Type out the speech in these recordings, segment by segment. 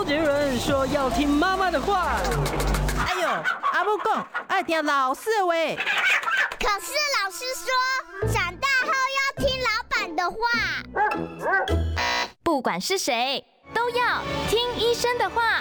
杰伦说要听妈妈的话。 哎呦，阿母讲爱听老师的话。 可是老师说，长大后要听老板的话。 不管是谁，都要听医生的话。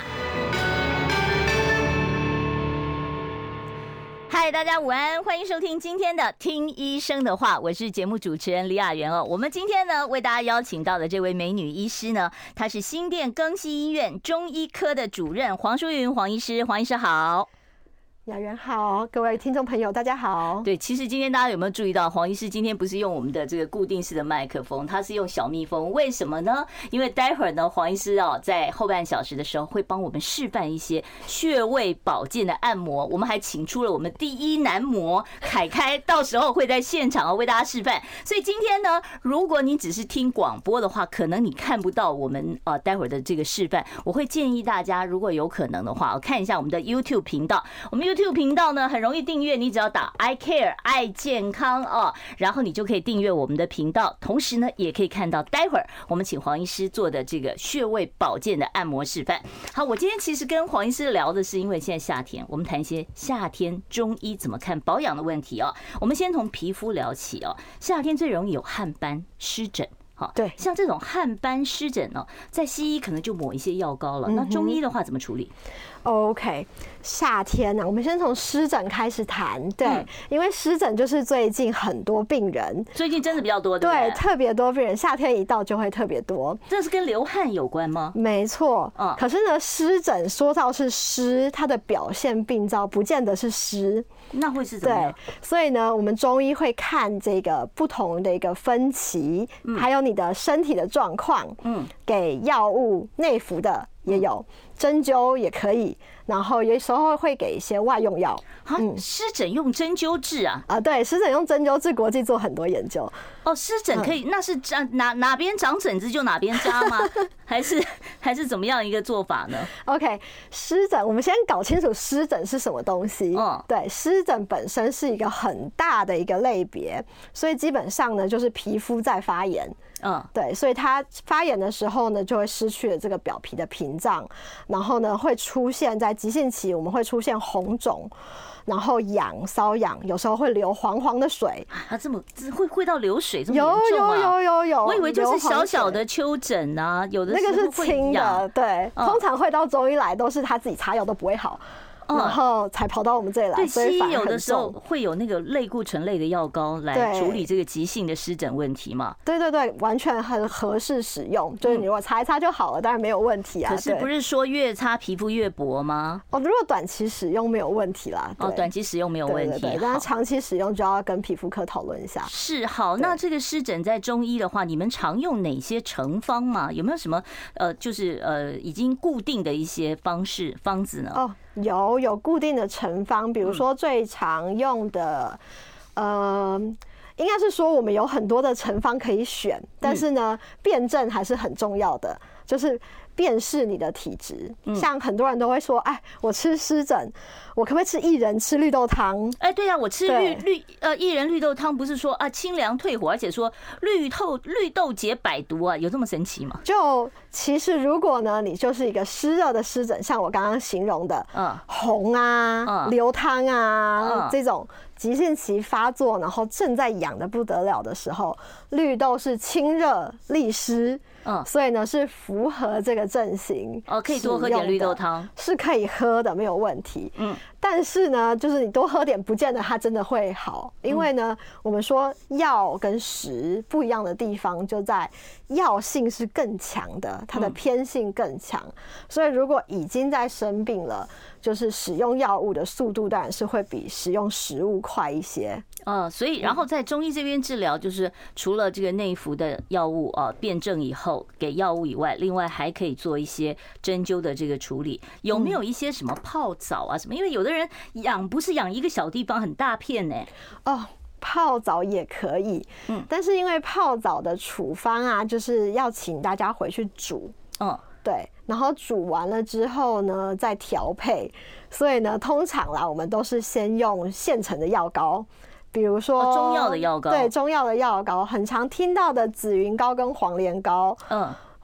嗨，大家午安，欢迎收听今天的《听医生的话》，我是节目主持人李雅媛哦。我们今天呢，为大家邀请到的这位美女医师呢，她是新店更溪医院中医科的主任黄淑云黄医师，黄医师好。 雅媛好，各位听众朋友大家好。 对，其实今天大家有没有注意到，黄医师今天不是用我们的这个固定式的麦克风，他是用小蜜蜂，为什么呢？因为待会儿呢，黄医师在后半小时的时候会帮我们示范一些穴位保健的按摩，我们还请出了我们第一男模凯凯，到时候会在现场为大家示范。所以今天呢，如果你只是听广播的话，可能你看不到我们待会儿的这个示范，我会建议大家，如果有可能的话，看一下我们的 YouTube 频道，我们YouTube 频道呢很容易订阅，你只要打 I Care 爱健康然后你就可以订阅我们的频道，同时呢也可以看到待会儿我们请黄医师做的这个穴位保健的按摩示范。好，我今天其实跟黄医师聊的是，因为现在夏天，我们谈一些夏天中医怎么看保养的问题我们先从皮肤聊起夏天最容易有汗斑、湿疹。好， 对， 像这种汗斑、湿疹在西医可能就抹一些药膏了。那中医的话怎么处理 ？OK， 夏天我们先从湿疹开始谈。对，因为湿疹就是最近很多病人， 最近真的比较多，对， 特别多病人，夏天一到就会特别多。 这是跟流汗有关吗？ 没错。可是呢，湿疹说到是湿，它的表现病灶不见得是湿， 那会是怎么样？ 对，所以呢，我们中医会看这个不同的一个分期，还有你的身体的状况，给药物内服的也有，针灸也可以，然后有时候会给一些外用药。 湿疹用针灸治啊？ 对，湿疹用针灸治，国际做很多研究。 湿疹可以，那是哪边长疹子就哪边扎吗？还是怎么样一个做法呢 ？OK， 湿疹我们先搞清楚湿疹是什么东西。对，湿疹本身是一个很大的一个类别，所以基本上呢就是皮肤在发炎。对，所以它发炎的时候呢，就会失去了这个表皮的屏障，然后呢会出现在急性期，我们会出现红肿，然后瘙痒，有时候会流黄黄的水。 这么会到流水这么严重吗？ 有， 我以为就是小小的丘疹啊，有的那个是轻的，对，通常会到中医来都是他自己擦药都不会好。然后才跑到我们这里来。 对，西医有的时候会有那个类固醇类的药膏来处理这个急性的湿疹问题嘛。 对，完全很合适使用，就是你如果擦一擦就好了，当然没有问题啊。 可是不是说越擦皮肤越薄吗？ 如果短期使用没有问题啦。 短期使用没有问题， 对，但是长期使用就要跟皮肤科讨论一下。 是，好，那这个湿疹在中医的话，你们常用哪些成方吗？有没有什么就是已经固定的一些方子呢？ 有固定的成方，比如说最常用的，应该是说我们有很多的成方可以选，但是呢，辩证还是很重要的，就是辨识你的体质。像很多人都会说，我吃湿疹，我可不可以吃薏仁吃绿豆汤？ 对啊，我吃薏仁绿豆汤，不是说清凉退火，而且说绿豆解百毒啊，有这么神奇吗？ 就其实如果呢，你就是一个湿热的湿疹，像我刚刚形容的，红啊、流汤啊这种急性期发作，然后正在痒的不得了的时候，绿豆是清热利湿。所以呢是符合这个症型可以多喝点绿豆汤， 是可以喝的，没有问题。但是呢，就是你多喝点，不见得它真的会好，因为呢，我们说药跟食不一样的地方就在药性是更强的，它的偏性更强，所以如果已经在生病了，就是使用药物的速度当然是会比使用食物快一些。 所以然后在中医这边治疗，就是除了这个内服的药物辩证以后给药物以外，另外还可以做一些针灸的这个处理。有没有一些什么泡澡啊什么？因为有的人不是养一个小地方，很大片呢。 泡澡也可以，但是因为泡澡的处方啊，就是要请大家回去煮。对，然后煮完了之后呢，再调配。所以呢，通常啦，我们都是先用现成的药膏。比如说中药的药膏， 对，中药的药膏，很常听到的紫云膏跟黄连膏，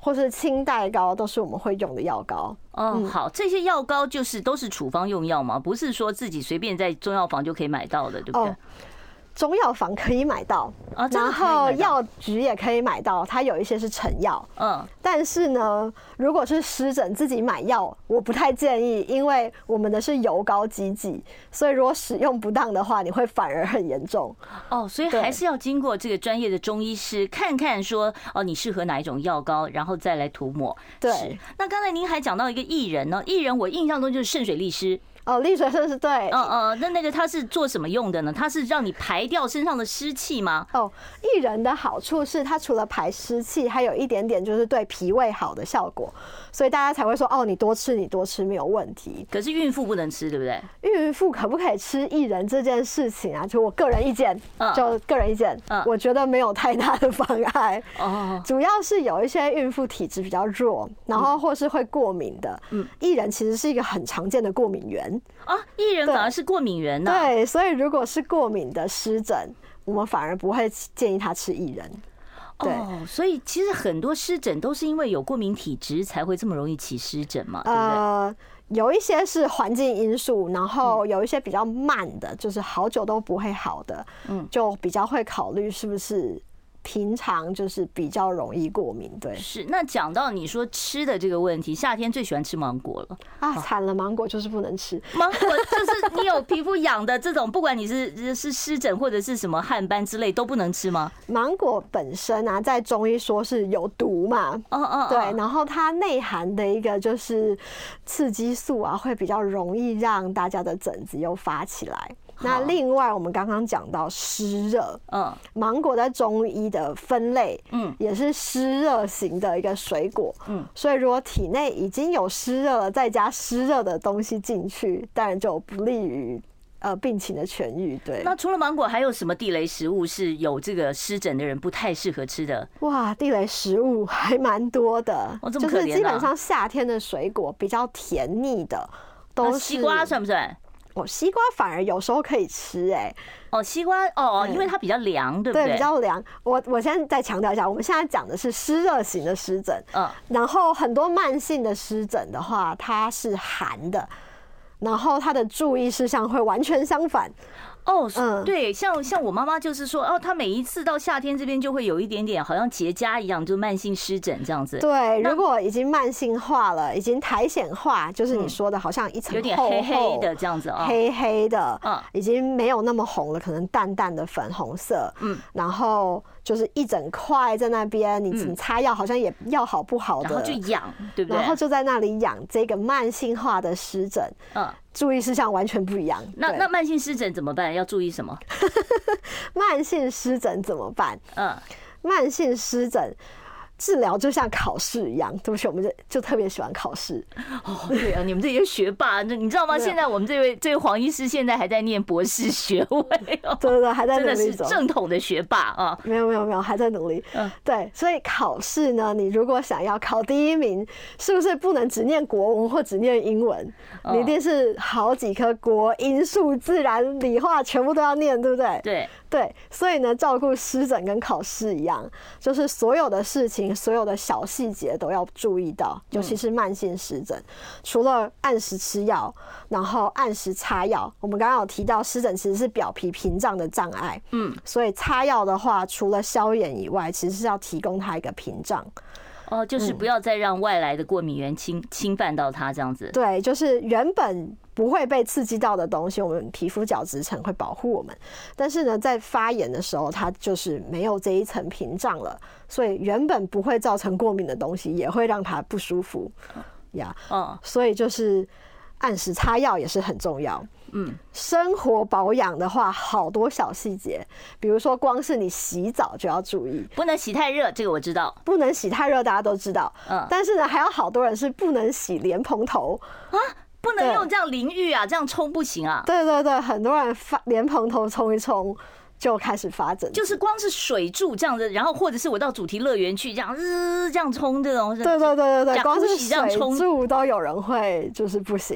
或是清代膏都是我们会用的药膏。 好，这些药膏都是处方用药吗？不是说自己随便在中药房就可以买到的，对不对？ 中药房可以买到，然后药局也可以买到，它有一些是成药。但是呢，如果是湿疹自己买药，我不太建议，因为我们的是油膏基剂，所以如果使用不当的话，你会反而很严重。 所以还是要经过这个专业的中医师看看说，你适合哪一种药膏，然后再来涂抹。 对。 那刚才您还讲到一个薏仁呢，薏仁我印象中就是渗水利湿。 利水渗是对。 那个它是做什么用的呢？它是让你排掉身上的湿气吗？ 薏仁的好处是它除了排湿气，还有一点点就是对脾胃好的效果，所以大家才会说你多吃没有问题。 可是孕妇不能吃，对不对？ 孕妇可不可以吃薏仁这件事情啊，就我个人意见，我觉得没有太大的妨碍。主要是有一些孕妇体质比较弱，然后或是会过敏的，薏仁其实是一个很常见的过敏源。 薏仁反而是过敏源呢？ 对，所以如果是过敏的湿疹，我们反而不会建议他吃薏仁。对， 所以其实很多湿疹都是因为有过敏体质才会这么容易起湿疹嘛，对不对？ 有一些是环境因素，然后有一些比较慢的，就是好久都不会好的，就比较会考虑是不是平常就是比较容易过敏。对， 是。那讲到你说吃的这个问题，夏天最喜欢吃芒果了惨了，芒果就是不能吃。 芒果就是你有皮肤痒的这种，不管你是湿疹或者是什么汗斑之类，都不能吃吗？ 芒果本身啊，在中医说是有毒嘛，对，然后它内含的一个就是刺激素啊，会比较容易让大家的疹子又发起来。那另外我们刚刚讲到湿热，芒果在中医的分类，也是湿热型的一个水果，所以如果体内已经有湿热了，再加湿热的东西进去，当然就不利于病情的痊愈。对。 那除了芒果，还有什么地雷食物是有这个湿疹的人不太适合吃的？ 哇，地雷食物还蛮多的，就是基本上夏天的水果比较甜腻的都是。 西瓜算不算？ 西瓜反而有时候可以吃西瓜因为它比较凉，对不对？ 对，比较凉。我现在再强调一下，我们现在讲的是湿热型的湿疹，然后很多慢性的湿疹的话，它是寒的，然后它的注意事项会完全相反。对，像我妈妈就是说，她每一次到夏天这边就会有一点点好像结痂一样，就慢性湿疹这样子。对，如果已经慢性化了，已经苔藓化，就是你说的好像一层有点黑黑的这样子黑黑的，已经没有那么红了，可能淡淡的粉红色，然后就是一整块在那边，你擦药好像也药好不好的， 然后就痒，对不对？ 然后就在那里痒，这个慢性化的湿疹，注意事项完全不一样。 那慢性湿疹怎么办？要注意什么？ 慢性湿疹怎么办？慢性湿疹治疗就像考试一样，对不起，我们就特别喜欢考试。 对啊，你们这些学霸，你知道吗？现在我们这位黄医师现在还在念博士学位对，还在努力， 真的是正统的学霸啊！ 没有，还在努力。对，所以考试呢，你如果想要考第一名，是不是不能只念国文或只念英文？你一定是好几科国英数自然理化全部都要念，对不对？对，所以呢，照顾湿疹跟考试一样，就是所有的事情。所有的小细节都要注意到，尤其是慢性湿疹。除了按时吃药，然后按时擦药，我们刚刚有提到湿疹其实是表皮屏障的障碍，所以擦药的话，除了消炎以外，其实是要提供它一个屏障。 就是不要再让外来的过敏源侵犯到它，这样子。 对，就是原本不会被刺激到的东西，我们皮肤角质层会保护我们。但是呢，在发炎的时候，它就是没有这一层屏障了，所以原本不会造成过敏的东西，也会让它不舒服呀。所以就是按时擦药也是很重要。生活保养的话，好多小细节，比如说光是你洗澡就要注意， 不能洗太热，这个我知道， 不能洗太热，大家都知道。但是呢，还有好多人是不能洗莲蓬头不能用这样淋浴啊，这样冲不行啊。 对，很多人莲蓬头冲一冲就开始发疹， 就是光是水柱这样子，然后或者是我到主题乐园去这样这样冲这种， 对，光是水柱都有人会就是不行。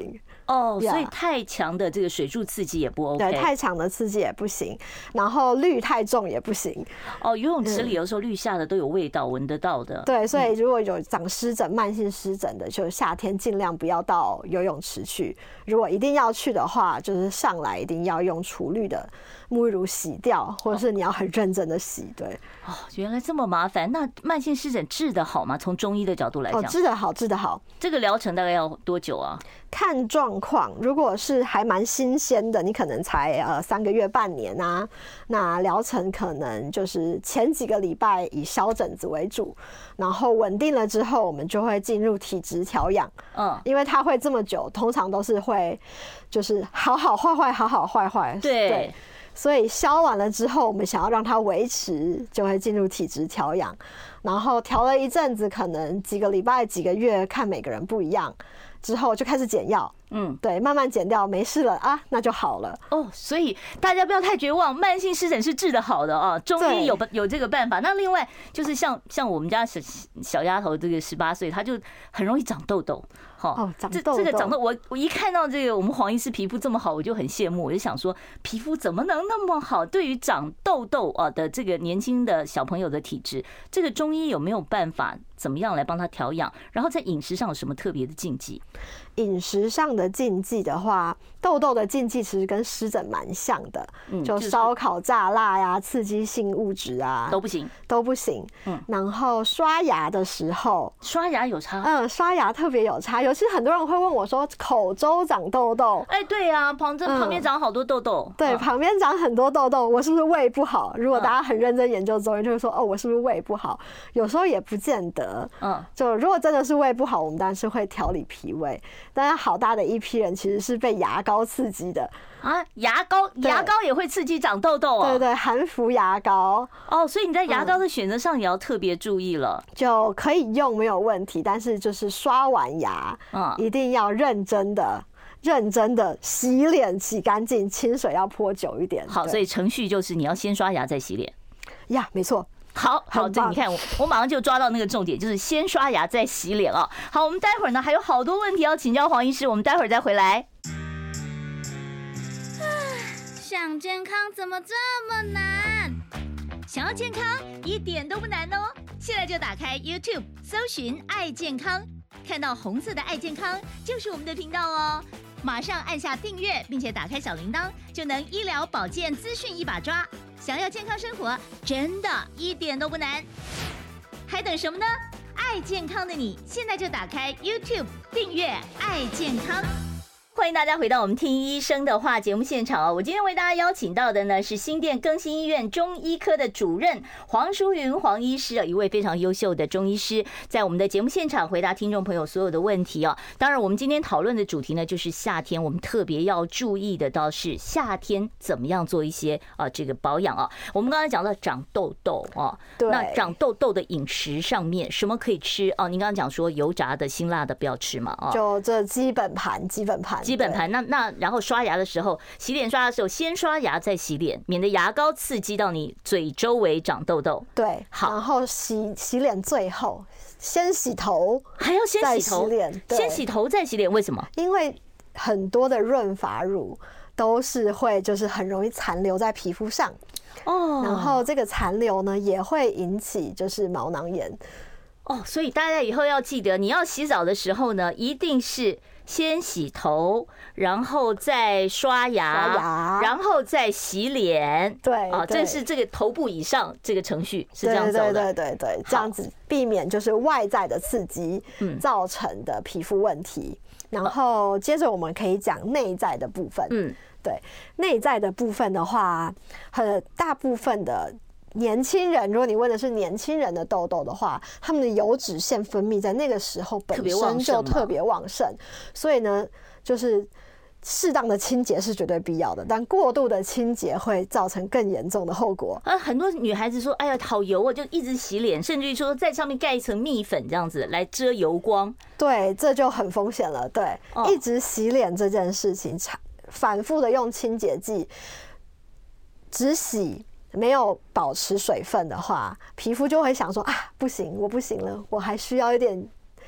哦，所以太强的这个水柱刺激也不 OK， 对，太强的刺激也不行，然后氯太重也不行。 哦，游泳池里有时候氯下的都有味道，闻得到的。 对，所以如果有长湿疹、慢性湿疹的，就夏天尽量不要到游泳池去。如果一定要去的话，就是上来一定要用除氯的沐浴乳洗掉，或者是你要很认真的洗。对， 哦，原来这么麻烦。那慢性湿疹治得好吗？从中医的角度来讲， 治得好，治得好。 这个疗程大概要多久啊？ 看状况，如果是还蛮新鲜的，你可能才3个月、半年啊，那疗程可能就是前几个礼拜以消疹子为主，然后稳定了之后，我们就会进入体质调养。因为它会这么久，通常都是会就是好好坏坏，好好坏坏。 对。 所以消完了之后，我们想要让它维持，就会进入体质调养，然后调了一阵子，可能几个礼拜、几个月，看每个人不一样，之后就开始减药。对，慢慢减掉，没事了啊，那就好了。 哦，所以大家不要太绝望，慢性湿疹是治得好的啊，中医有这个办法。那另外就是像我们家小丫头这个18岁，她就很容易长痘痘。 长痘痘， 这个长痘，我一看到这个我们黄医师皮肤这么好，我就很羡慕，我就想说皮肤怎么能那么好？对于长痘痘的这个年轻的小朋友的体质，这个中医有没有办法怎么样来帮他调养？然后在饮食上有什么特别的禁忌？ 饮食上的禁忌的话，痘痘的禁忌其实跟湿疹蛮像的，就烧烤、炸辣呀、刺激性物质啊都不行， 都不行。然后刷牙的时候， 刷牙有差， 刷牙特别有差，尤其很多人会问我说口周长痘痘， 对啊，旁边长好多痘痘， 对，旁边长很多痘痘，我是不是胃不好？如果大家很认真研究中医，就会说我是不是胃不好？有时候也不见得，就如果真的是胃不好，我们当然是会调理脾胃。但是好大的一批人其实是被牙膏刺激的啊，牙膏也会刺激长痘痘啊？ 对对，含氟牙膏。 所以你在牙膏的选择上也要特别注意了。 就可以用没有问题，但是就是刷完牙，一定要认真的洗脸，洗干净，清水要泼久一点。 好，所以程序就是你要先刷牙再洗脸。 呀，没错。 好，这你看我马上就抓到那个重点，就是先刷牙再洗脸啊。好，我们待会儿呢还有好多问题要请教黄医师，我们待会儿再回来。 想健康怎么这么难？ 想要健康一点都不难哦！现在就打开 YouTube 搜寻爱健康，看到红色的爱健康就是我们的频道哦。马上按下订阅，并且打开小铃铛，就能医疗保健资讯一把抓。想要健康生活，真的一点都不难，还等什么呢？爱健康的你，现在就打开 YouTube 订阅爱健康。 欢迎大家回到我们听医生的话节目现场我今天为大家邀请到的呢是新店更新医院中医科的主任黄淑云黄医师一位非常优秀的中医师，在我们的节目现场回答听众朋友所有的问题当然我们今天讨论的主题呢就是夏天我们特别要注意的倒是夏天怎么样做一些这个保养我们刚才讲到长痘痘那长痘痘的饮食上面什么可以吃您刚刚讲说油炸的辛辣的不要吃嘛就这基本盘那然后刷牙的时候，洗脸刷牙的时候，先刷牙再洗脸，免得牙膏刺激到你嘴周围长痘痘。 对，好，然后洗脸最后先洗头， 还要先洗头，先洗头再洗脸，为什么？ 因为很多的润发乳都是会就是很容易残留在皮肤上然后这个残留呢也会引起就是毛囊炎所以大家以后要记得，你要洗澡的时候呢，一定是先洗头，然后再刷牙，然后再洗脸。 对这是这个头部以上这个程序是这样走的。 对，这样子避免就是外在的刺激造成的皮肤问题。然后接着我们可以讲内在的部分。对，内在的部分的话，很大部分的年轻人，如果你问的是年轻人的痘痘的话，他们的油脂腺分泌在那个时候本身就特别旺盛，所以呢，就是适当的清洁是绝对必要的，但过度的清洁会造成更严重的后果。 很多女孩子说：“哎呀，好油就一直洗脸，甚至于说在上面盖一层蜜粉，这样子来遮油光。” 对，这就很风险了。对，一直洗脸这件事情，反复的用清洁剂，只洗。没有保持水分的话，皮肤就会想说不行，我不行了，我还需要一点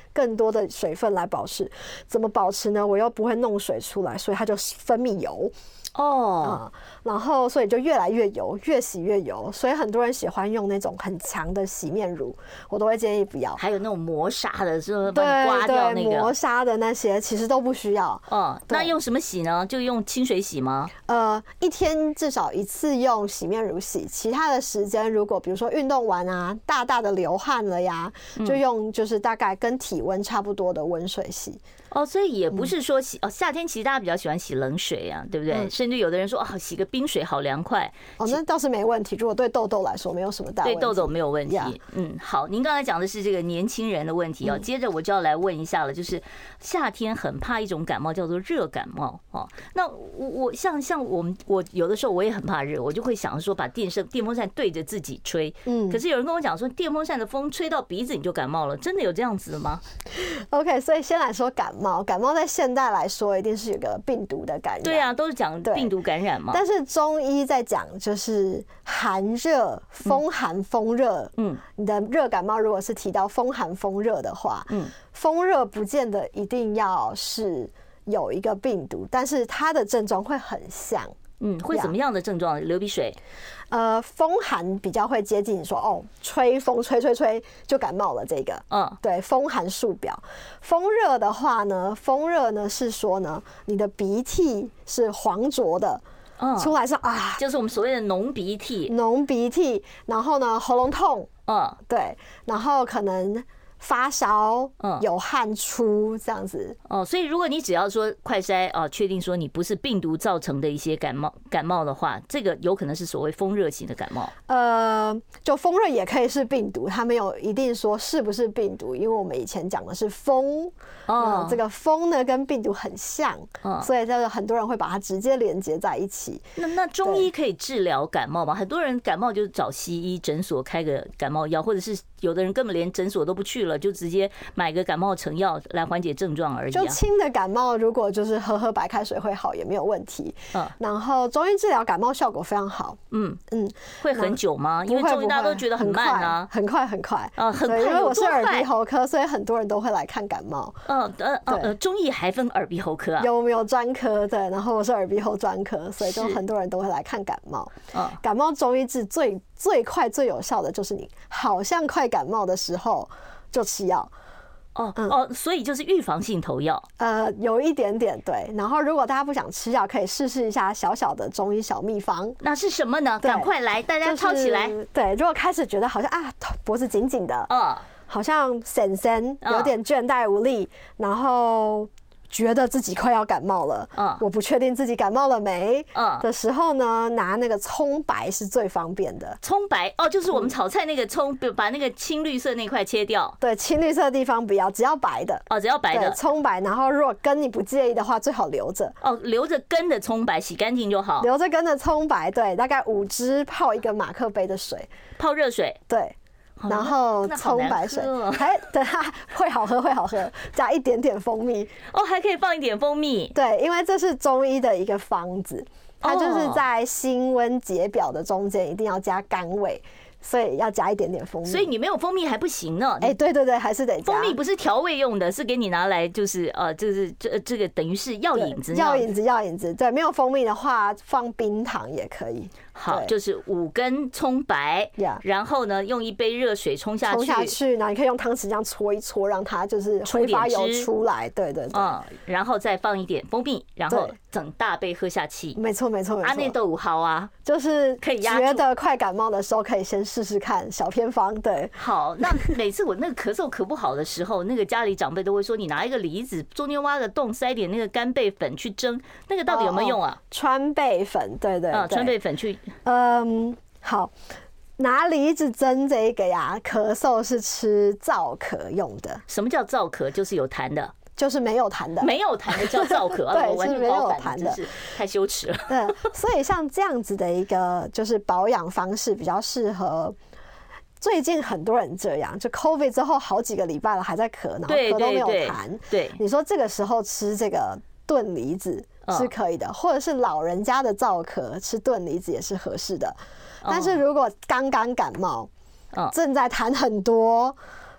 更多的水分来保持。怎么保持呢？我又不会弄水出来，所以它就分泌油。然后所以就越来越油，越洗越油，所以很多人喜欢用那种很强的洗面乳，我都会建议不要。 还有那种磨砂的，是不是把你刮掉那个？ 磨砂的那些其实都不需要。 那用什么洗呢？就用清水洗吗？ 一天至少一次用洗面乳洗，其他的时间如果比如说运动完啊，大大的流汗了呀，就用就是大概跟体温差不多的温水洗。 所以也不是说洗夏天其实大家比较喜欢洗冷水啊，对不对？甚至有的人说洗个冰水好凉快。 那倒是没问题。如果对痘痘来说没有什么大问题， 对痘痘没有问题。好，您刚才讲的是这个年轻人的问题接着我就要来问一下了，就是夏天很怕一种感冒叫做热感冒那我像我有的时候我也很怕热，我就会想说把电风扇对着自己吹。可是有人跟我讲说电风扇的风吹到鼻子你就感冒了，真的有这样子的吗 ？OK， 所以先来说感冒在现代来说一定是有个病毒的感染。 对啊，都是讲病毒感染嘛。 但是中医在讲就是寒热、风寒、风热。你的热感冒如果是提到风寒、风热的话，风热不见得一定要是有一个病毒，但是它的症状会很像。 会怎么样的症状？流鼻水。 风寒比较会接近说吹风吹就感冒了这个。对，风寒数表。风热的话呢，风热呢是说呢，你的鼻涕是黄浊的。出来是就是我们所谓的浓鼻涕， 然后呢喉咙痛，对，然后可能发烧，有汗出这样子。 所以如果你只要说快筛确定说你不是病毒造成的一些感冒的话，这个有可能是所谓风热型的感冒。 就风热也可以是病毒，它没有一定说是不是病毒，因为我们以前讲的是风，这个风呢跟病毒很像，所以这个很多人会把它直接连接在一起。 那中医可以治疗感冒吗？很多人感冒就是找西医诊所开个感冒药，或者是有的人根本连诊所都不去了，就直接买个感冒成药来缓解症状而已。 就轻的感冒，如果就是喝白开水会好，也没有问题。然后中医治疗感冒效果非常好。 会很久吗？因为中医大家都觉得很慢啊， 很快。很快。因为我是耳鼻喉科，所以很多人都会来看感冒。 中医还分耳鼻喉科啊？ 有专科对，然后我是耳鼻喉专科，所以就很多人都会来看感冒。感冒中医治最快最有效的就是你好像快感冒的时候就吃药。 所以就是预防性投药。 有一点点对。然后如果大家不想吃药，可以试一下小小的中医小秘方。 那是什么呢？赶快来，大家抄起来。 对，如果开始觉得好像脖子紧紧的，好像神有点倦怠无力，然后觉得自己快要感冒了，我不确定自己感冒了没的时候呢，拿那个葱白是最方便的。 葱白就是我们炒菜那个葱，把那个青绿色那块切掉。 对，青绿色的地方不要，只要白的。 只要白的葱白。然后如果根你不介意的话，最好留着。 留着根的葱白，洗干净就好。 留着根的葱白，对，大概5支泡1个马克杯的水， 泡热水。 对。然后葱白水，对，它会好喝，加一点点蜂蜜。 还可以放一点蜂蜜。 对，因为这是中医的一个方子，它就是在辛温解表的中间一定要加甘味。所以要加一点点蜂蜜。 所以你没有蜂蜜还不行呢。 对，还是得加。 蜂蜜不是调味用的，是给你拿来就是就是这个等于是药引子。 药引子，对，没有蜂蜜的话放冰糖也可以。 好，就是5根葱白，然后呢用1杯热水冲下去， 然后你可以用汤匙这样搓一搓，让它就是挥发油出来。对， 然后再放一点蜂蜜，然后整大杯喝下去。 没错。 阿内豆5毫啊， 就是可以觉得快感冒的时候可以先试试看小偏方。对， 好，那每次我那个咳嗽咳不好的时候，那个家里长辈都会说，你拿一个梨子中间挖个洞，塞点那个干贝粉去蒸，那个到底有没有用啊？ 川贝粉，对， 川贝粉去。 好，拿梨子蒸这个呀，咳嗽是吃燥咳用的。 什么叫燥咳？就是有痰的， 就是没有痰的， 没有痰的叫燥咳。 对，是没有痰的， 太羞耻了。 对，所以像这样子的一个就是保养方式，比较适合。最近很多人这样，就 COVID 之后好几个礼拜了还在咳，然后咳都没有痰。 对， 你说这个时候吃这个炖梨子是可以的，或者是老人家的燥咳吃炖梨子也是合适的。但是如果刚刚感冒，正在痰很多，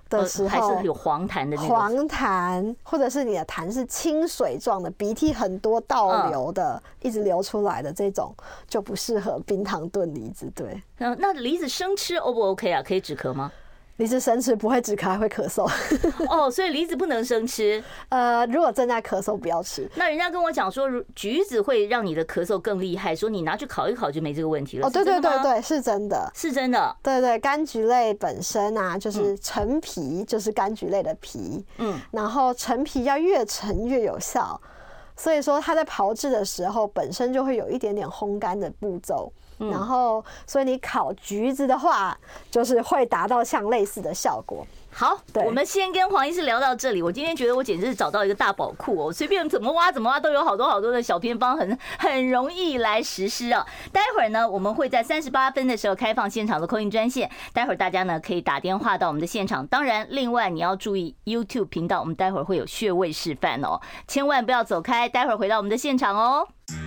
的时候， 还是有黄痰的那种黄痰，或者是你的痰是清水状的，鼻涕很多倒流的，一直流出来的这种，就不适合冰糖炖梨子。对， 那梨子生吃 O 不 OK 啊？可以止咳吗？ 梨子生吃不会止咳，还会咳嗽。 哦，所以梨子不能生吃。 如果正在咳嗽，不要吃。 那人家跟我讲说，橘子会让你的咳嗽更厉害，说你拿去烤一烤就没这个问题了。 哦，对对对对，是真的， 是真的。 对对，柑橘类本身啊，就是陈皮，就是柑橘类的皮。然后陈皮要越陈越有效，所以说它在炮制的时候本身就会有一点点烘干的步骤。然后，所以你烤橘子的话，就是会达到像类似的效果。 好，我们先跟黄医师聊到这里。我今天觉得我简直是找到一个大宝库哦，随便怎么挖都有好多的小偏方，很容易来实施哦。待会儿呢，我们会在38分的时候开放现场的call in专线，待会儿大家呢可以打电话到我们的现场。当然，另外你要注意 YouTube 频道，我们待会儿会有穴位示范哦，千万不要走开，待会儿回到我们的现场哦。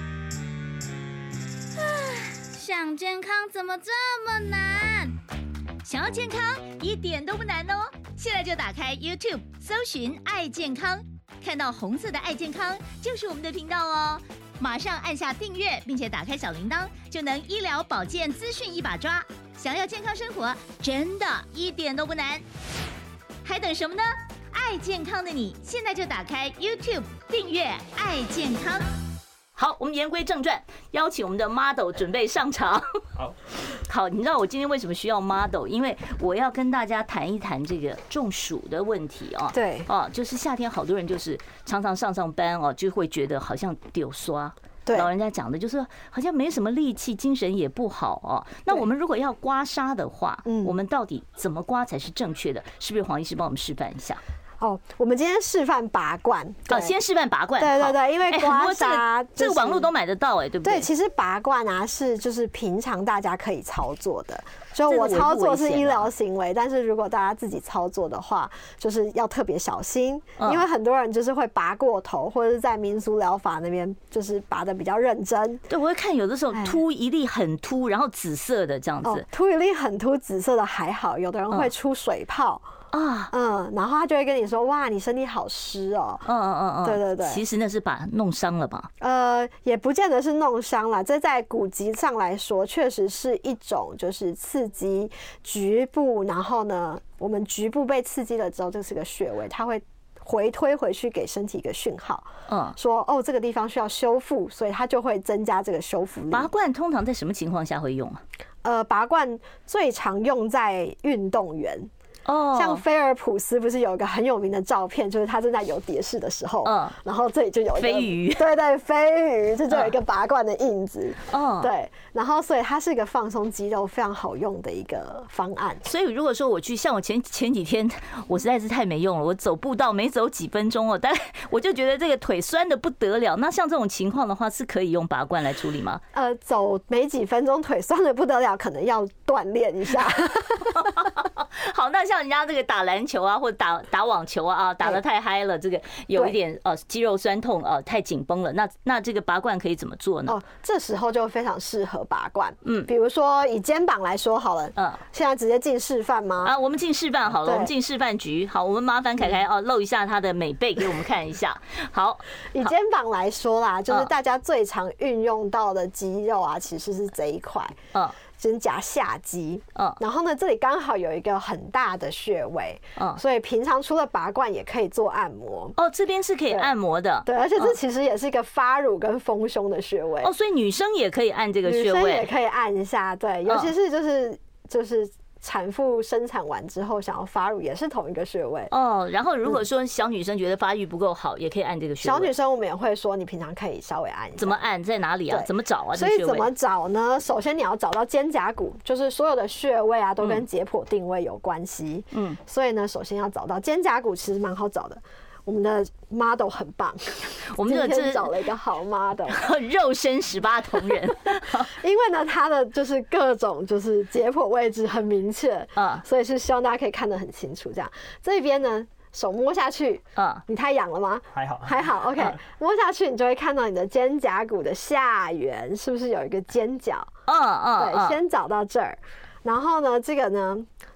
想健康怎么这么难？想要健康一点都不难哦！现在就打开 YouTube 搜寻爱健康，看到红色的爱健康就是我们的频道哦。马上按下订阅，并且打开小铃铛，就能医疗保健资讯一把抓。想要健康生活，真的一点都不难，还等什么呢？爱健康的你，现在就打开 YouTube 订阅爱健康。 好，我们言归正传，邀请我们的 model 准备上场。好，你知道我今天为什么需要 model？ 因为我要跟大家谈一谈这个中暑的问题啊。 对， 就是夏天好多人就是常常上班哦，就会觉得好像丢刷。 对， 老人家讲的就是好像没什么力气，精神也不好哦。那我们如果要刮痧的话，我们到底怎么刮才是正确的？是不是黄医师帮我们示范一下？ 我们今天示范拔罐。 先示范拔罐。 对对对，因为刮痧这个网络都买得到对不对？ 对，其实拔罐啊就是平常大家可以操作的，就我操作是医疗行为，但是如果大家自己操作的话，就是要特别小心，因为很多人就是会拔过头，或者是在民俗疗法那边就是拔得比较认真。 对，我会看有的时候凸一粒很凸，然后紫色的这样子。 凸一粒很凸紫色的还好，有的人会出水泡。然后他就会跟你说，哇，你身体好湿哦。对对对， 其实那是把弄伤了吧？ 也不见得是弄伤了，这在古籍上来说，确实是一种就是刺激局部，然后呢，我们局部被刺激了之后，这是个穴位，它会回推回去给身体一个讯号，说这个地方需要修复，所以它就会增加这个修复力。 拔罐通常在什么情况下会用啊？ 拔罐最常用在运动员。像菲尔普斯不是有一个很有名的照片，就是他正在游蝶式的时候，然后这里就有一个飞鱼， 对对，飞鱼这就有一个拔罐的印子，对，然后所以它是一个放松肌肉非常好用的一个方案。 所以如果说我去，像我前几天我实在是太没用了，我走步道没走几分钟但我就觉得这个腿酸的不得了。那像这种情况的话，是可以用拔罐来处理吗？ 走没几分钟腿酸的不得了，可能要锻炼一下。 好，那像人家这个打篮球啊，或者打网球啊，打得太嗨了，这个有一点肌肉酸痛太紧绷了，那这个拔罐可以怎么做呢？ 这时候就非常适合拔罐。比如说以肩膀来说好了，现在直接进示范吗？ 我们进示范好了，我们进示范局。好，我们麻烦凯凯露一下他的美背给我们看一下。好， 以肩膀来说啦，就是大家最常运用到的肌肉啊，其实是这一块。肩胛下肌，然后呢，这里刚好有一个很大的穴位，所以平常除了拔罐，也可以做按摩。 这边是可以按摩的， 对，而且这其实也是一个发乳跟丰胸的穴位。 所以女生也可以按这个穴位， 女生也可以按一下，对，尤其是就是产妇生产完之后想要发乳，也是同一个穴位。 然后如果说小女生觉得发育不够好，也可以按这个穴位。 小女生我们也会说，你平常可以稍微按一下。 怎么按？在哪里啊？怎么找啊？ 所以怎么找呢？首先你要找到肩胛骨，就是所有的穴位啊，都跟解剖定位有关系。所以呢，首先要找到肩胛骨，其实蛮好找的。我们的 model 很棒， 我们今天找了一个好 model， 肉身18铜人。 因为呢，他的就是各种就是解剖位置很明确，所以是希望大家可以看得很清楚。这样这边呢，手摸下去，你太痒了吗？还好 ，OK， 摸下去你就会看到你的肩胛骨的下缘是不是有一个尖角？对，先找到这儿，然后呢，这个呢。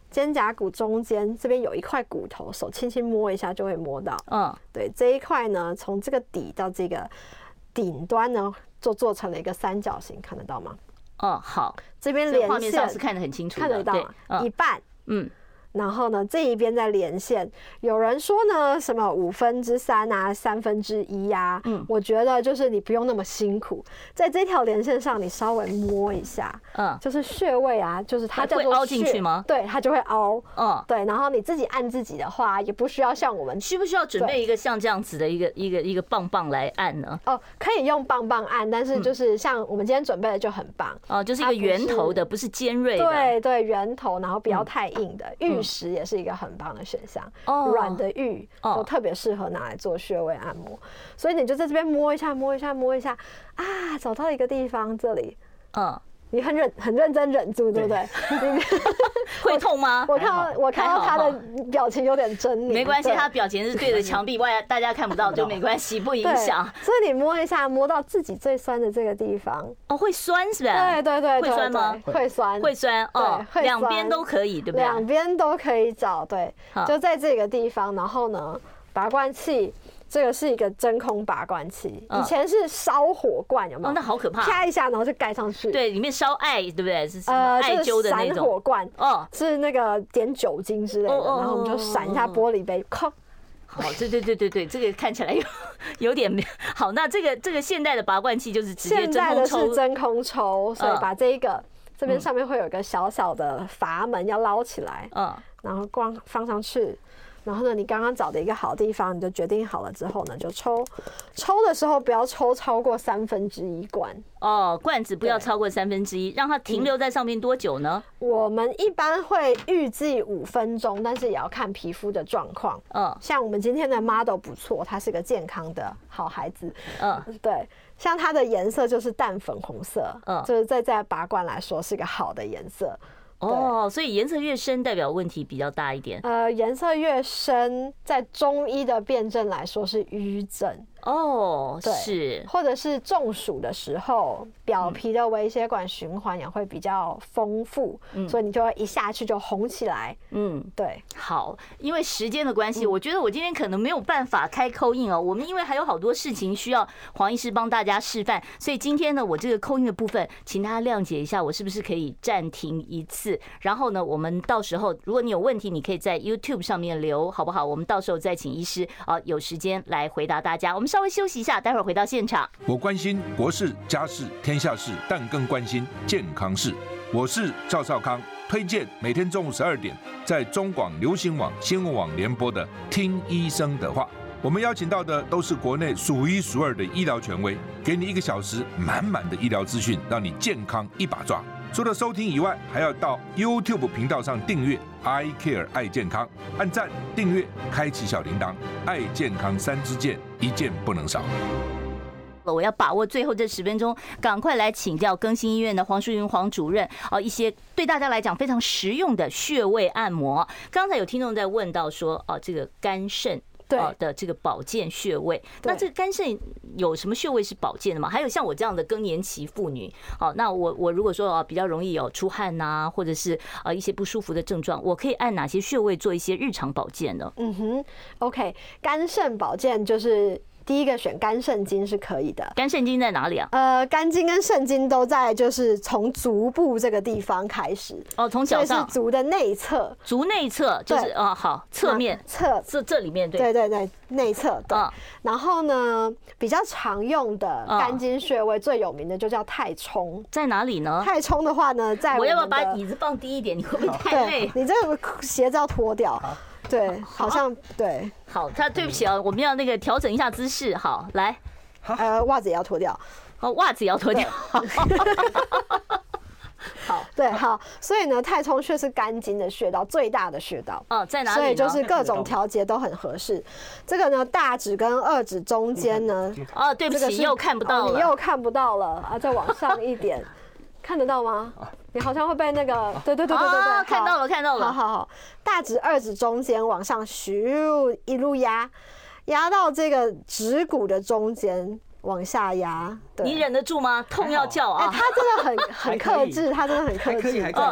肩胛骨中间这边有一块骨头，手轻轻摸一下就会摸到。对，这一块呢，从这个底到这个顶端呢，就做成了一个三角形，看得到吗？ 好， 这边连线， 画面上是看得很清楚的， 看得到一半。然后呢，这一边再连线。有人说呢，什么3/5啊，1/3啊，我觉得就是你不用那么辛苦，在这条连线上你稍微摸一下，就是穴位啊，就是它叫做会凹进去吗？ 对，它就会凹，对。然后你自己按自己的话，也不需要像我们， 需不需要准备一个像这样子的一个棒棒来按呢？ 可以用棒棒按，但是就是像我们今天准备的就很棒， 就是一个圆头的，不是尖锐的， 对对，圆头，然后不要太硬的。玉石也是一个很棒的选项，软的玉都特别适合拿来做穴位按摩，所以你就在这边摸一下，摸一下，摸一下啊，找到一个地方，这里，你很认真忍住，对不对？ 会痛吗？ 我看到他的表情有点狰狞。 没关系，他表情是对着墙壁外，大家看不到就没关系，不影响。 所以你摸一下，摸到自己最酸的这个地方， 会酸是吧？ 对， 会酸吗？ 会酸， 会酸，两边都可以，对不对？ 两边都可以找，对，就在这个地方，然后呢，拔罐器。这个是一个真空拔罐器，以前是烧火罐，有没有？ 那好可怕！ 啪一下，然后就盖上去。 对，里面烧艾，对不对？是什么艾灸的那种。 闪火罐，是那个点酒精之类的，然后我们就闪一下玻璃杯，靠。 好，对，这个看起来有点好。那这个现代的拔罐器就是直接真空抽。 现在的是真空抽，所以把这边上面会有一个小小的阀门要捞起来，然后光放上去。然后呢，你刚刚找的一个好地方，你就决定好了之后呢，就抽的时候不要抽超过1/3罐。 罐子不要超过1/3，让它停留在上面多久呢？ 我们一般会预计5分钟，但是也要看皮肤的状况。像我们今天的 model 不错，他是个健康的好孩子。对，像它的颜色就是淡粉红色，就是在拔罐来说是个好的颜色。 所以颜色越深代表问题比较大一点。 颜色越深，在中医的辩证来说是瘀症。对， 是， 或者是中暑的时候，表皮的微血管循环也会比较丰富，所以你就会一下去就红起来。对。好， 因为时间的关系，我觉得我今天可能没有办法开call in我们因为还有好多事情需要黄医师帮大家示范，所以今天呢，我这个call in的部分，请大家谅解一下，我是不是可以暂停一次？然后呢，我们到时候如果你有问题，你可以在 YouTube 上面留，好不好？我们到时候再请医师有时间来回答大家。我们稍微休息一下，待会儿回到现场。 我关心国事、家事、天下事，但更关心健康事。我是赵少康，推荐每天中午12点在中广流行网、新闻网联播的《听医生的话》。我们邀请到的都是国内数一数二的医疗权威，给你1个小时满满的医疗资讯，让你健康一把抓。除了收听以外，还要到 YouTube 频道上订阅 I Care 爱健康，按赞、订阅、开启小铃铛，爱健康3支箭，一件不能少。 我要把握最后这10分钟，赶快来请教更新医院的黄淑云黄主任一些对大家来讲非常实用的穴位按摩。刚才有听众在问到说这个肝肾的这个保健穴位，那这个肝肾有什么穴位是保健的吗？还有像我这样的更年期妇女，那我如果说比较容易有出汗呐，或者是一些不舒服的症状，我可以按哪些穴位做一些日常保健呢 ？OK， 肝肾保健就是第一个选肝肾经是可以的。 肝肾经在哪里啊？ 肝经跟肾经都在，就是从足部这个地方开始。 从脚上。 是足的内侧。 足内侧就是好，侧面。这里面对。 对，内侧对。然后呢，比较常用的肝经穴位最有名的就叫太冲。 在哪里呢？ 太冲的话呢，在我要不要把椅子放低一点？你会不会太累？ 你这个鞋子要脱掉。对，好像对。 好，对不起我们要那个调整一下姿势。好，来， 袜子也要脱掉。 袜子也要脱掉。好， 对，好，所以呢，太冲穴是肝经的穴道，最大的穴道。 在哪里？ 所以就是各种调节都很合适。这个呢，大指跟二指中间呢， 对不起，又看不到了， 你又看不到了再往上一点。看得到吗？你好像会被那个，对， 看到了。 好，大指、二指中间往上咻一路压到这个指骨的中间，往下压。你忍得住吗？痛要叫啊！ 他真的很克制，他真的很克制。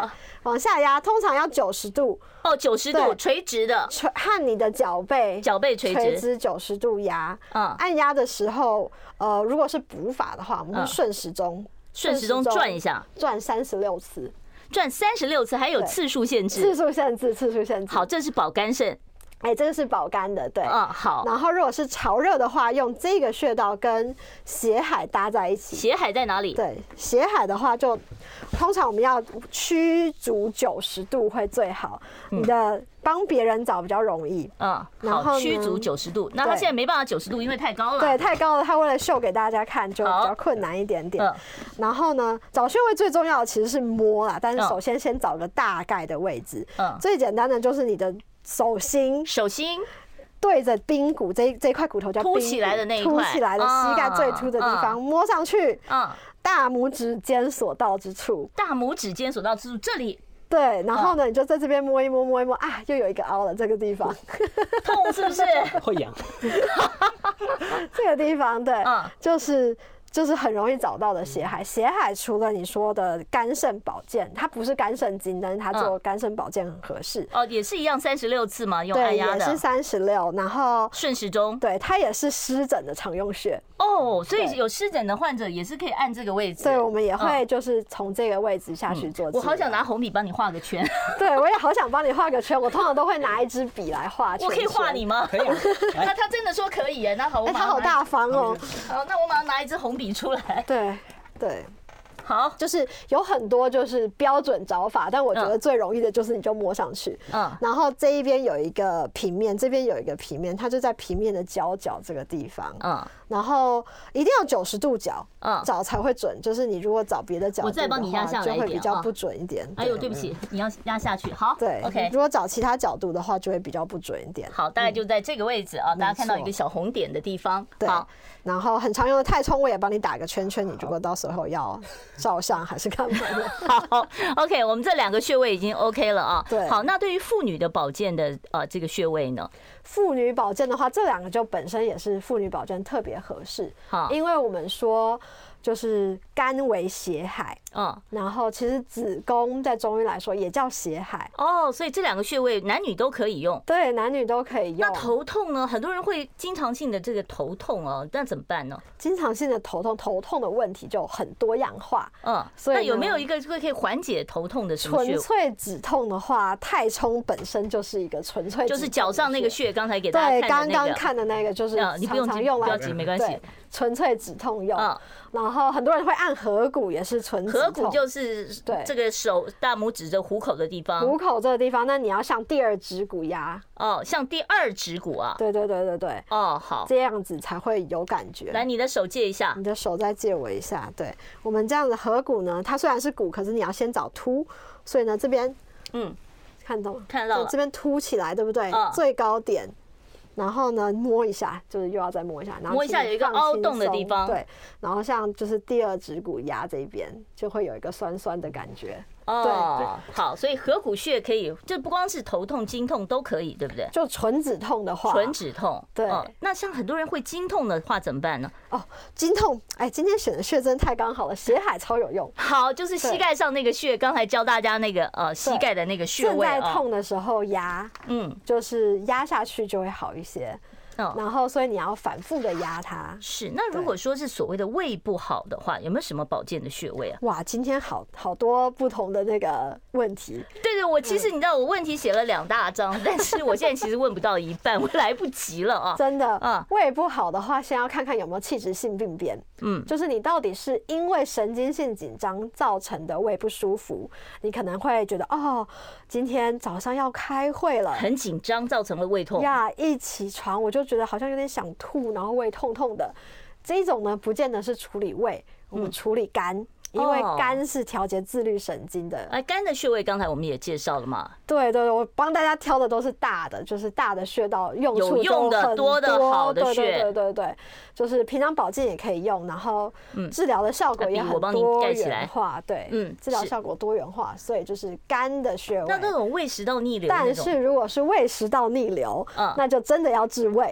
往下压，通常要90度。 哦，90度垂直的， 和你的脚背垂直 90度压。按压的时候，如果是补法的话，我们会顺时钟转一下， 转36次， 转36次，还有次数限制。 次数限制。 好，这是保肝肾。 这个是保肝的，对。 好。 然后如果是潮热的话，用这个穴道跟血海搭在一起。 血海在哪里？ 对，血海的话就通常我们要驱逐90度会最好。你的帮别人找比较容易。 然后驱逐90度，那他现在没办法90度，因为太高了。 对，太高了，他为了秀给大家看，就比较困难一点点。然后呢，找穴位最重要的其实是摸啦，但是首先找个大概的位置。最简单的就是你的手心对着髌骨这块骨头叫凸起来的那一块， 凸起来的膝盖最凸的地方，摸上去，大拇指尖所到之处， 这里。 对，然后呢，你就在这边摸一摸啊，又有一个凹了，这个地方痛是不是？ 会痒。 这个地方对，就是很容易找到的血海。血海除了你说的肝肾保健，它不是肝肾经，但是它做肝肾保健很合适。 也是一样36次嘛，用按压的。 对，也是36，然后顺时钟。 对，它也是湿疹的常用穴。 所以有湿疹的患者也是可以按这个位置。 对，我们也会就是从这个位置下去做。 我好想拿红笔帮你画个圈。 对，我也好想帮你画个圈。我通常都会拿一支笔来画圈。 我可以画你吗？ 可以。 他真的说可以耶，那好， 他好大方哦。 好，那我马上拿一支红笔出来。 对， 好， 就是有很多就是标准找法，但我觉得最容易的就是你就摸上去，然后这一边有一个平面，这边有一个平面，它就在平面的角这个地方，然后一定要90度角，找才会准。就是你如果找别的角度的话， 我再帮你压下来一点， 就会比较不准一点。 哎呦，对不起，你要压下去。好， 对 ，OK。 如果找其他角度的话，就会比较不准一点。 好，大概就在这个位置啊，大家看到一个小红点的地方。 对，然后很常用的太冲，我也帮你打个圈圈。你如果到时候要照相还是干嘛的？ 好 ，OK， 我们这2个穴位已经 OK 了啊。 对， 好，那对于妇女的保健的这个穴位呢？ 妇女保健的话，这2个就本身也是妇女保健特别合适。因为我们说就是肝为血海，然后其实子宫在中医来说也叫血海。 所以这2个穴位男女都可以用。 对，男女都可以用。 那头痛呢？很多人会经常性的这个头痛那怎么办呢？ 经常性的头痛的问题就很多样化。所以那有没有一个可以缓解头痛的什么穴？ 纯粹止痛的话，太冲本身就是一个纯粹止痛， 就是脚上那个穴，刚才给大家看的那个。 对，刚刚看的那个就是你不用急，不要急，没关系。 纯粹止痛用，然后很多人会按合谷，也是纯止痛。 合谷就是这个手大拇指的虎口的地方， 虎口这个地方，那你要向第2指骨压。 向第2指骨啊。 对。 好， 这样子才会有感觉。 来，你的手借一下， 你的手再借我一下。对，我们这样的合谷呢，它虽然是骨，可是你要先找凸，所以呢这边，看到了，这边凸起来，对不对？最高点。然后呢，摸一下，就是又要再摸一下，然后摸一下有一个凹洞的地方， 对，然后像就是第2指骨压这边，就会有一个酸酸的感觉。 好，所以合谷穴可以，就不光是头痛、经痛都可以，对不对？ 就纯止痛的话， 纯止痛， 对。 那像很多人会经痛的话怎么办呢？ 经痛，今天选的穴真太刚好了，血海超有用。 好，就是膝盖上那个穴，刚才教大家那个膝盖的那个穴位， 正在痛的时候压，就是压下去就会好一些。然后所以你要反复的压它。 是，那如果说是所谓的胃不好的话，有没有什么保健的穴位啊？ 哇，今天好多不同的那个问题。 对，我其实你知道我问题写了2大张，但是我现在其实问不到一半，我来不及了啊。 真的，胃不好的话，先要看看有没有器质性病变。就是你到底是因为神经性紧张造成的胃不舒服，你可能会觉得今天早上要开会了， 很紧张造成了胃痛呀，一起床我就觉得好像有点想吐，然后胃痛痛的。这种呢，不见得是处理胃，我们处理肝。因为肝是调节自律神经的。 肝的穴位刚才我们也介绍了嘛。 对，我帮大家挑的都是大的，就是大的穴道用处有用的多的好的穴。 对，就是平常保健也可以用，然后治疗的效果也很多元化。对，治疗效果多元化，所以就是肝的穴位。 那种胃食道逆流， 但是如果是胃食道逆流，那就真的要治胃。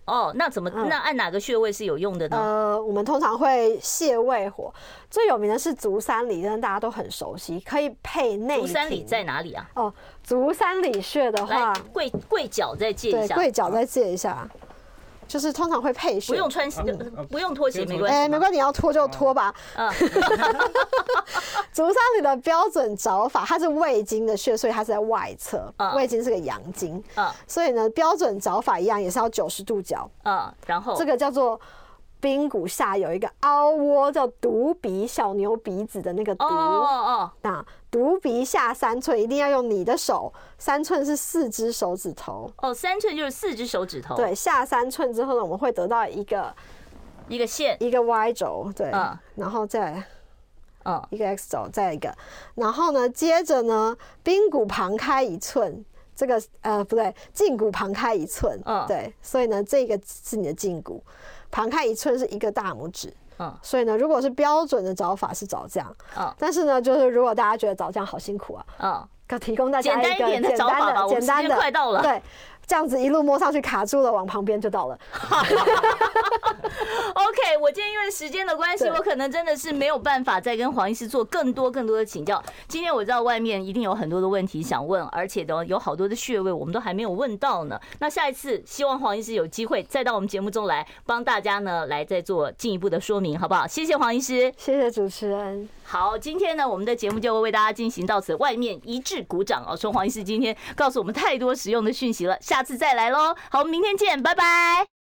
哦，那怎么那按哪个穴位是有用的呢？ 我们通常会泻胃火，最有名的是足三里，大家都很熟悉，可以配内庭。 足三里在哪里啊？ 哦，足三里穴的话， 跪脚再借一下， 对，跪脚再借一下。就是通常会配穴， 不用脱鞋没关系， 没关系，你要脱就脱吧。足三里的标准找法，它是胃经的穴，所以它是在外侧，胃经是个阳经，所以呢，标准找法一样也是要90度角， 然后这个叫做髌骨下有一个凹窝，叫犊鼻，小牛鼻子的那个犊，那犊鼻下3寸，一定要用你的手，3寸是4只手指头。 3寸就是4只手指头。 对，下3寸之后呢，我们会得到一个线， 一个 Y 轴，对，然后再一个 X 轴，再一个，然后呢，接着呢，髌骨旁开1寸，这个不对，胫骨旁开1寸，对，所以呢，这个是你的胫骨，旁开1寸是一个大拇指。所以呢，如果是标准的找法是找这样，但是呢，就是如果大家觉得找这样好辛苦啊，提供大家一个简单一点的找法吧，我们时间快到了， 对，这样子一路摸上去卡住了，往旁边就到了。 OK， 我今天因为时间的关系，我可能真的是没有办法再跟黄医师做更多的请教。今天我知道外面一定有很多的问题想问，而且有好多的穴位我们都还没有问到呢。那下一次希望黄医师有机会再到我们节目中来帮大家呢来再做进一步的说明，好不好？谢谢黄医师， 谢谢主持人。 好，今天呢我们的节目就为大家进行到此，外面一致鼓掌哦，说黄医师今天告诉我们太多实用的讯息了，下次再来咯。好，我们明天见，拜拜。